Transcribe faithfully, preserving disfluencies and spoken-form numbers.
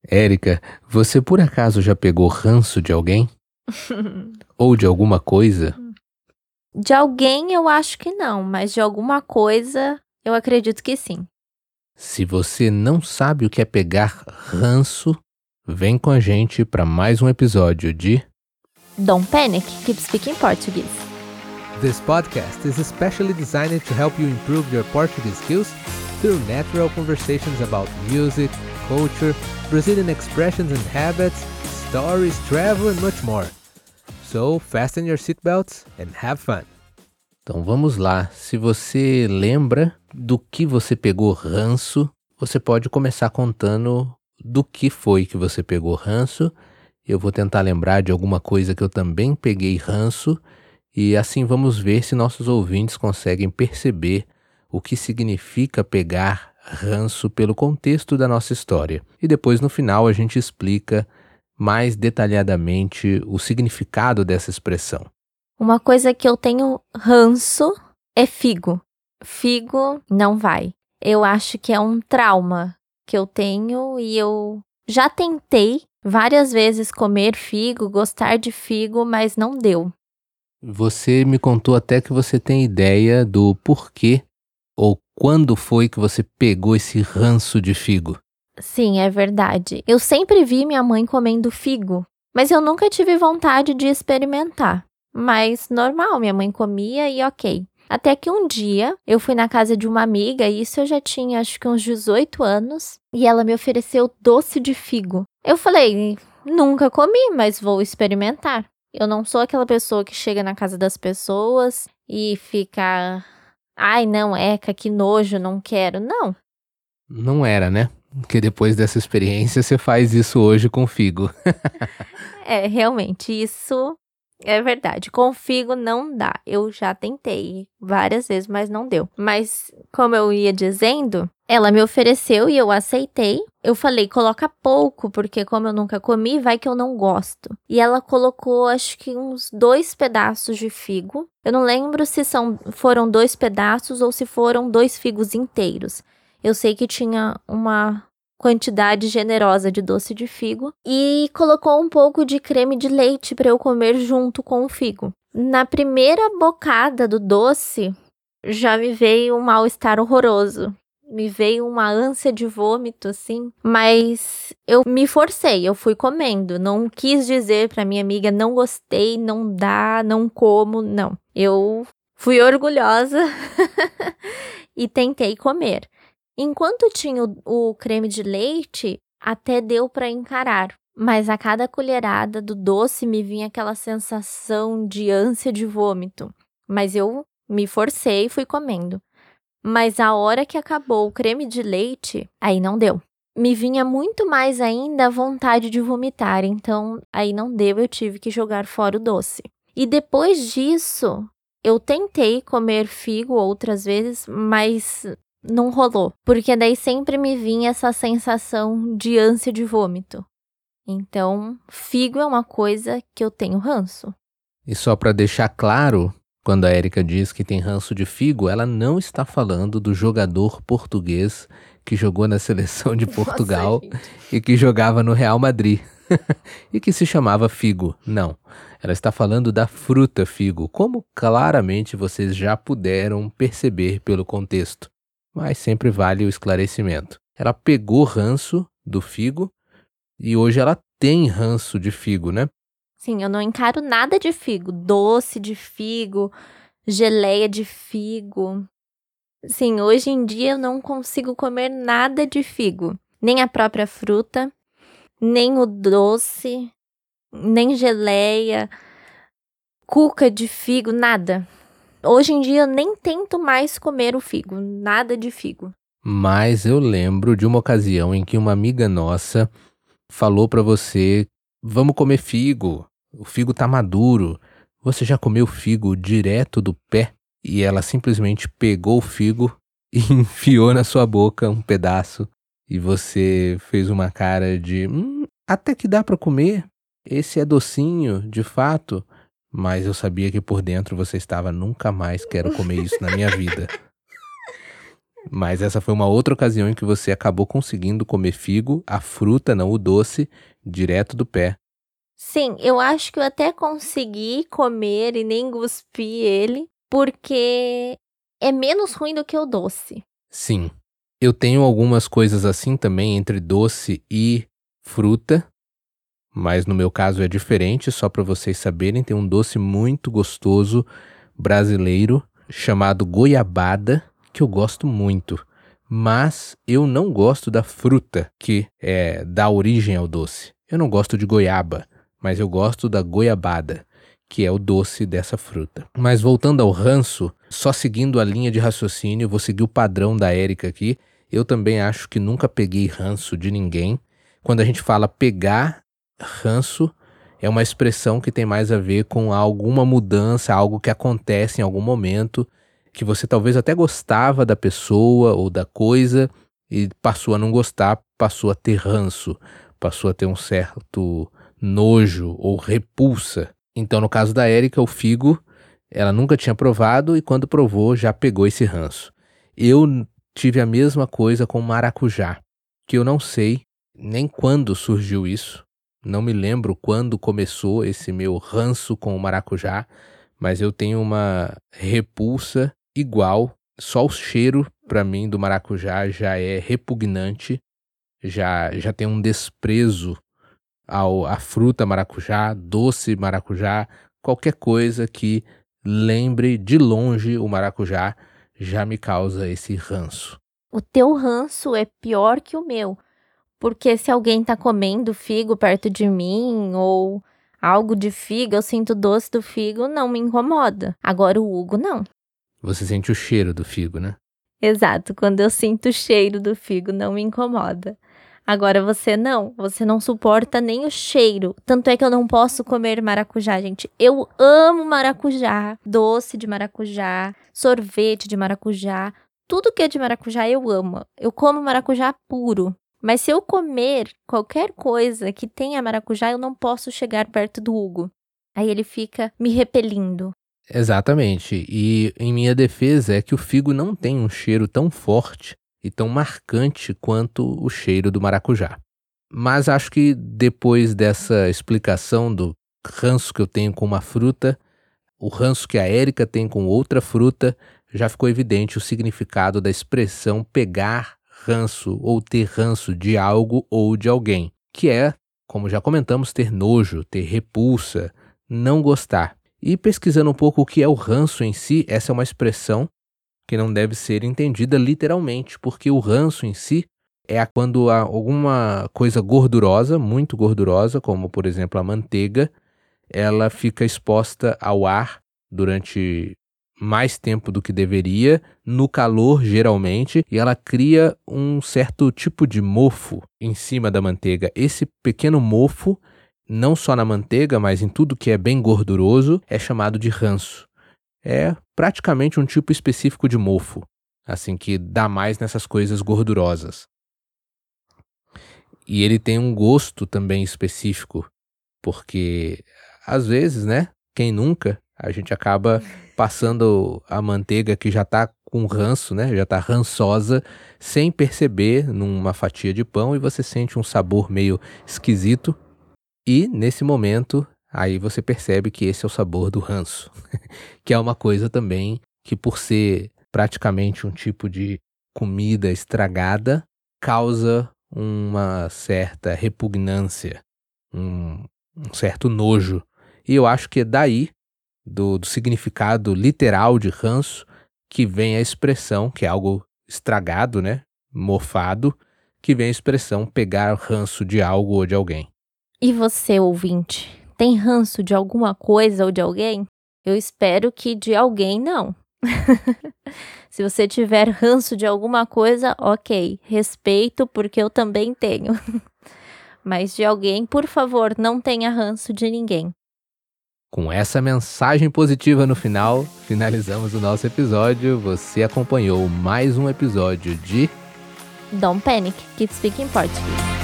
Érica, você por acaso já pegou ranço de alguém? Ou de alguma coisa? De alguém eu acho que não, mas de alguma coisa eu acredito que sim. Se você não sabe o que é pegar ranço, vem com a gente para mais um episódio de Don't Panic, Keep Speaking Portuguese. This podcast is especially designed to help you improve your Portuguese skills through natural conversations about music, culture, Brazilian expressions and habits, stories, travel and much more. So, fasten your seatbelts and have fun. Então vamos lá, se você lembra do que você pegou ranço, você pode começar contando do que foi que você pegou ranço. Eu vou tentar lembrar de alguma coisa que eu também peguei ranço e assim vamos ver se nossos ouvintes conseguem perceber o que significa pegar ranço pelo contexto da nossa história. E depois no final a gente explica mais detalhadamente o significado dessa expressão. Uma coisa que eu tenho ranço é figo. Figo não vai. Eu acho que é um trauma que eu tenho e eu já tentei várias vezes comer figo, gostar de figo, mas não deu. Você me contou até que você tem ideia do porquê ou quando foi que você pegou esse ranço de figo. Sim, é verdade. Eu sempre vi minha mãe comendo figo, mas eu nunca tive vontade de experimentar. Mas normal, minha mãe comia e ok. Até que um dia eu fui na casa de uma amiga, e isso eu já tinha acho que uns dezoito anos, e ela me ofereceu doce de figo. Eu falei, nunca comi, mas vou experimentar. Eu não sou aquela pessoa que chega na casa das pessoas e fica, ai não, Eca, que nojo, não quero. Não. Não era, né? Porque depois dessa experiência você faz isso hoje com figo. É, realmente, isso é verdade. Com figo não dá. Eu já tentei várias vezes, mas não deu. Mas, como eu ia dizendo, ela me ofereceu e eu aceitei. Eu falei, coloca pouco, porque como eu nunca comi, vai que eu não gosto. E ela colocou, acho que uns dois pedaços de figo. Eu não lembro se são, foram dois pedaços ou se foram dois figos inteiros. Eu sei que tinha uma quantidade generosa de doce de figo e colocou um pouco de creme de leite para eu comer junto com o figo. Na primeira bocada do doce, já me veio um mal-estar horroroso. Me veio uma ânsia de vômito, assim, mas eu me forcei, eu fui comendo. Não quis dizer para minha amiga, não gostei, não dá, não como, não. Eu fui orgulhosa e tentei comer. Enquanto tinha o, o creme de leite, até deu para encarar. Mas a cada colherada do doce me vinha aquela sensação de ânsia de vômito. Mas eu me forcei e fui comendo. Mas a hora que acabou o creme de leite, aí não deu. Me vinha muito mais ainda a vontade de vomitar, então aí não deu, eu tive que jogar fora o doce. E depois disso, eu tentei comer figo outras vezes, mas não rolou, porque daí sempre me vinha essa sensação de ânsia de vômito. Então, figo é uma coisa que eu tenho ranço. E só para deixar claro, quando a Érica diz que tem ranço de figo, ela não está falando do jogador português que jogou na seleção de Portugal Nossa, e que jogava no Real Madrid e que se chamava Figo. Não, ela está falando da fruta figo, como claramente vocês já puderam perceber pelo contexto. Mas sempre vale o esclarecimento. Ela pegou ranço do figo e hoje ela tem ranço de figo, né? Sim, eu não encaro nada de figo. Doce de figo, geleia de figo. Sim, hoje em dia eu não consigo comer nada de figo. Nem a própria fruta, nem o doce, nem geleia, cuca de figo, nada. Hoje em dia eu nem tento mais comer o figo, nada de figo. Mas eu lembro de uma ocasião em que uma amiga nossa falou pra você, vamos comer figo, o figo tá maduro. Você já comeu figo direto do pé? E ela simplesmente pegou o figo e enfiou na sua boca um pedaço. E você fez uma cara de, hum, até que dá pra comer. Esse é docinho, de fato. Mas eu sabia que por dentro você estava, nunca mais quero comer isso na minha vida. Mas essa foi uma outra ocasião em que você acabou conseguindo comer figo, a fruta, não o doce, direto do pé. Sim, eu acho que eu até consegui comer e nem cuspi ele, porque é menos ruim do que o doce. Sim, eu tenho algumas coisas assim também entre doce e fruta, mas no meu caso é diferente, só para vocês saberem, tem um doce muito gostoso brasileiro chamado goiabada, que eu gosto muito, mas eu não gosto da fruta que é, dá origem ao doce. Eu não gosto de goiaba, mas eu gosto da goiabada, que é o doce dessa fruta. Mas voltando ao ranço, só seguindo a linha de raciocínio, vou seguir o padrão da Érica aqui. Eu também acho que nunca peguei ranço de ninguém. Quando a gente fala pegar ranço, é uma expressão que tem mais a ver com alguma mudança, algo que acontece em algum momento, que você talvez até gostava da pessoa ou da coisa e passou a não gostar, passou a ter ranço, passou a ter um certo nojo ou repulsa. Então, no caso da Érica, o figo, ela nunca tinha provado e quando provou já pegou esse ranço. Eu tive a mesma coisa com o maracujá, que eu não sei nem quando surgiu isso. Não me lembro quando começou esse meu ranço com o maracujá, mas eu tenho uma repulsa igual. Só o cheiro, para mim, do maracujá já é repugnante, já, já tem um desprezo ao, à fruta maracujá, doce maracujá, qualquer coisa que lembre de longe o maracujá já me causa esse ranço. O teu ranço é pior que o meu. Porque se alguém tá comendo figo perto de mim ou algo de figo, eu sinto o doce do figo, não me incomoda. Agora o Hugo, não. Você sente o cheiro do figo, né? Exato, quando eu sinto o cheiro do figo, não me incomoda. Agora você não, você não suporta nem o cheiro. Tanto é que eu não posso comer maracujá, gente. Eu amo maracujá, doce de maracujá, sorvete de maracujá. Tudo que é de maracujá eu amo. Eu como maracujá puro. Mas se eu comer qualquer coisa que tenha maracujá, eu não posso chegar perto do Hugo. Aí ele fica me repelindo. Exatamente. E em minha defesa é que o figo não tem um cheiro tão forte e tão marcante quanto o cheiro do maracujá. Mas acho que depois dessa explicação do ranço que eu tenho com uma fruta, o ranço que a Érica tem com outra fruta, já ficou evidente o significado da expressão pegar ranço ou ter ranço de algo ou de alguém, que é, como já comentamos, ter nojo, ter repulsa, não gostar. E pesquisando um pouco o que é o ranço em si, essa é uma expressão que não deve ser entendida literalmente, porque o ranço em si é quando há alguma coisa gordurosa, muito gordurosa, como por exemplo a manteiga, ela fica exposta ao ar durante mais tempo do que deveria, no calor geralmente, e ela cria um certo tipo de mofo em cima da manteiga. Esse pequeno mofo, não só na manteiga, mas em tudo que é bem gorduroso, é chamado de ranço. É praticamente um tipo específico de mofo, assim, que dá mais nessas coisas gordurosas. E ele tem um gosto também específico, porque às vezes, né, quem nunca, a gente acaba passando a manteiga que já tá com ranço, né, já tá rançosa, sem perceber numa fatia de pão e você sente um sabor meio esquisito. E nesse momento, aí você percebe que esse é o sabor do ranço, que é uma coisa também que por ser praticamente um tipo de comida estragada, causa uma certa repugnância, um, um certo nojo. E eu acho que é daí, do, do significado literal de ranço, que vem a expressão, que é algo estragado, né, mofado, que vem a expressão pegar ranço de algo ou de alguém. E você, ouvinte, tem ranço de alguma coisa ou de alguém? Eu espero que de alguém não. Se você tiver ranço de alguma coisa, ok, respeito, porque eu também tenho. Mas de alguém, por favor, não tenha ranço de ninguém. Com essa mensagem positiva no final, finalizamos o nosso episódio. Você acompanhou mais um episódio de Don't Panic, Keep Speaking Portuguese.